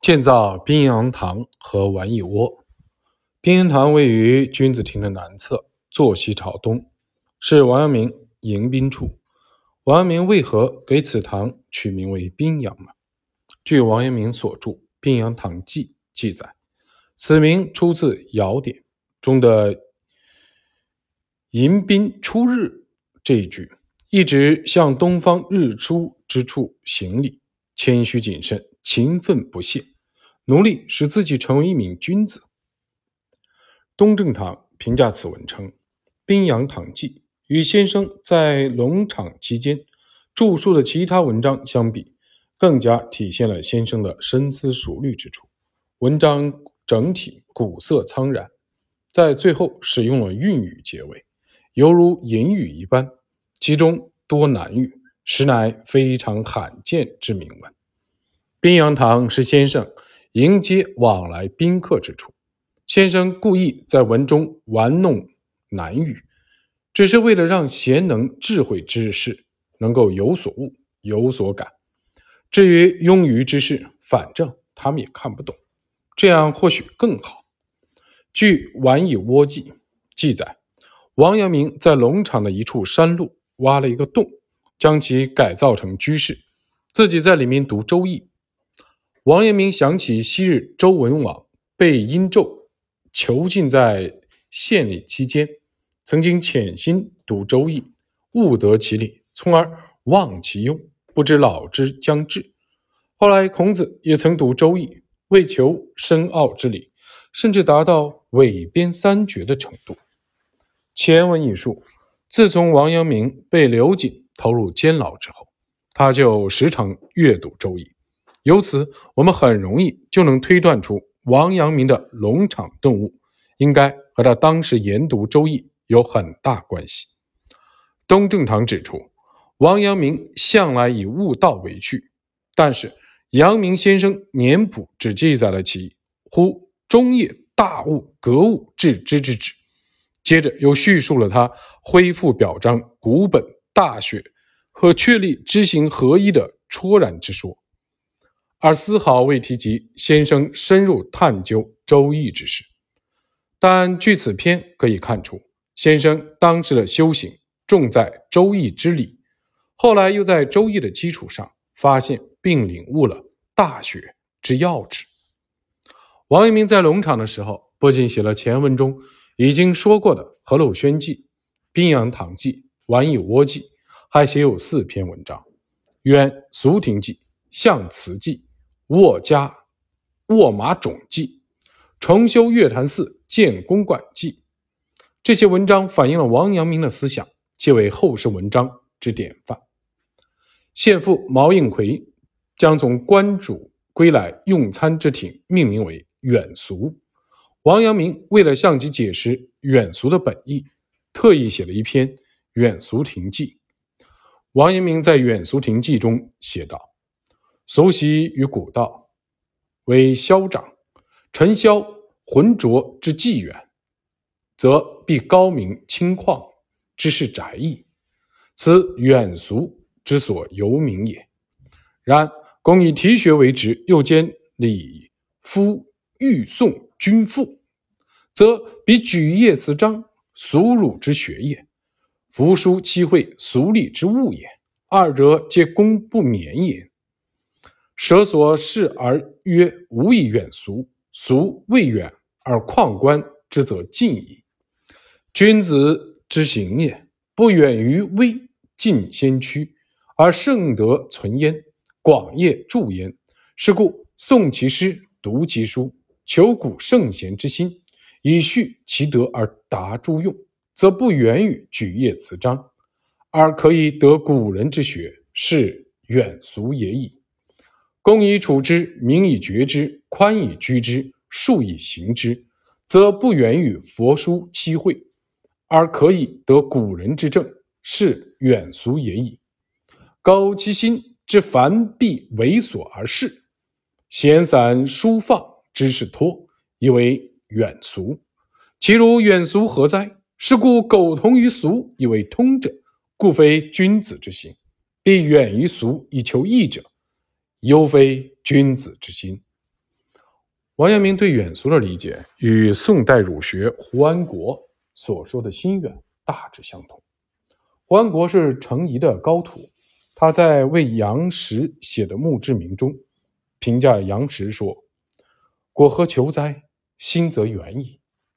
建造宾阳堂和玩一窝。宾阳堂位于君子亭的南侧，坐西朝东，是王阳明迎宾处。王阳明为何给此堂取名为宾阳呢？据王阳明所著《宾阳堂记》记载，此名出自《尧典》中的迎宾出日这一句，一直向东方日出之处行礼，谦虚谨慎，勤奋不懈，努力使自己成为一名君子。东正堂评价此文称，宾阳堂记与先生在龙场期间著述的其他文章相比，更加体现了先生的深思熟虑之处。文章整体古色苍然，在最后使用了韵语结尾，犹如隐语一般，其中多难语，实乃非常罕见之名文。宾阳堂是先生迎接往来宾客之处，先生故意在文中玩弄难语，只是为了让贤能智慧之士能够有所悟，有所感。至于庸愚之士，反正他们也看不懂，这样或许更好。据《玩一窝记》记载，王阳明在龙场的一处山路挖了一个洞，将其改造成居室，自己在里面读周易。王阳明想起昔日周文王被殷纣囚禁在县里期间，曾经潜心读周易，悟得其理，从而忘其用，不知老之将至。后来孔子也曾读周易，为求深奥之理，甚至达到伪编三绝的程度。前文一述，自从王阳明被刘瑾投入监牢之后，他就时常阅读周易。由此我们很容易就能推断出王阳明的龙场顿悟应该和他当时研读周易有很大关系。东正堂指出，王阳明向来以悟道为趣，但是阳明先生年谱只记载了其乎中叶大悟格物致知之旨，接着又叙述了他恢复表彰古本大学和确立知行合一的戳然之说，而丝毫未提及先生深入探究周易之事。但据此篇可以看出，先生当时的修行重在周易之理，后来又在周易的基础上发现并领悟了大学之要旨。王阳明在龙场的时候，不仅写了前文中已经说过的《何陋轩记》、《宾阳堂记》、《玩一窝记》，还写有4篇文章，原《俗亭记》、《象辞记》、卧马种记、重修月坛寺建公馆记。这些文章反映了王阳明的思想，皆为后世文章之典范。献父毛应奎将从关主归来用餐之庭命名为远俗，王阳明为了向其解释远俗的本意，特意写了一篇《远俗亭记》。王阳明在《远俗亭记》中写道：俗习于古道，为嚣长，尘嚣浑浊之纪远，则必高明清旷，之是宅意，此远俗之所由名也。然公以题学为职，又兼礼夫御诵均赋，则比举业辞章，俗儒之学也，服书期会俗礼之物也，二者皆公不免也。舍所视而曰无以远俗，俗未远而旷观之则近矣。君子之行也，不远于微，近先驱，而圣德存焉，广业著焉。是故诵其诗，读其书，求古圣贤之心，以叙其德而达诸用，则不远于举业辞章，而可以得古人之学，是远俗也矣。公以处之，明以决之，宽以居之，恕以行之，则不远于佛书期会，而可以得古人之政，是远俗也矣。苟其心之繁闭猥琐而仕，闲散疏放，知识脱，以为远俗。其如远俗何哉？是故苟同于俗以为通者，故非君子之行；必远于俗以求异者，犹非君子之心。 王阳明对远俗的理解与宋代儒学胡安国所说的心远大致相同。胡安国是程颐的高徒，他在为杨时写的墓志铭中评价杨时说：果何求哉，心则远矣。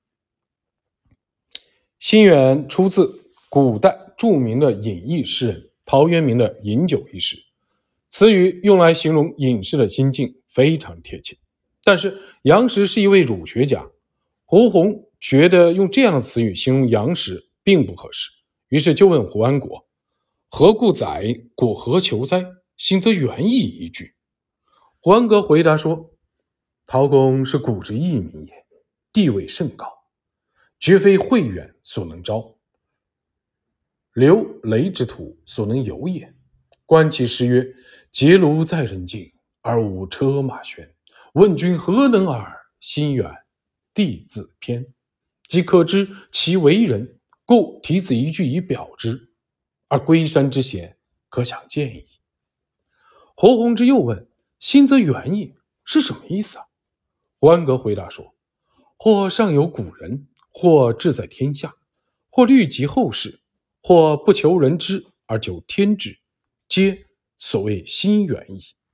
心远出自古代著名的隐逸诗人陶渊明的《饮酒》一诗，词语用来形容隐士的心境非常贴切。但是杨时是一位儒学家，胡宏觉得用这样的词语形容杨时并不合适，于是就问胡安国：何故载果何求哉，心则远矣一句？胡安国回答说：陶公是古之义民也，地位甚高，绝非慧远所能招，刘雷之徒所能有也。观其诗曰：结庐在人境，而无车马喧，问君何能尔？心远地自偏，即可知其为人，故题此一句以表之，而龟山之险，可想见矣。侯弘之又问：心则远矣是什么意思啊？胡安阁回答说：或上有古人，或志在天下，或虑及后世，或不求人知而求天知，皆所谓心远矣。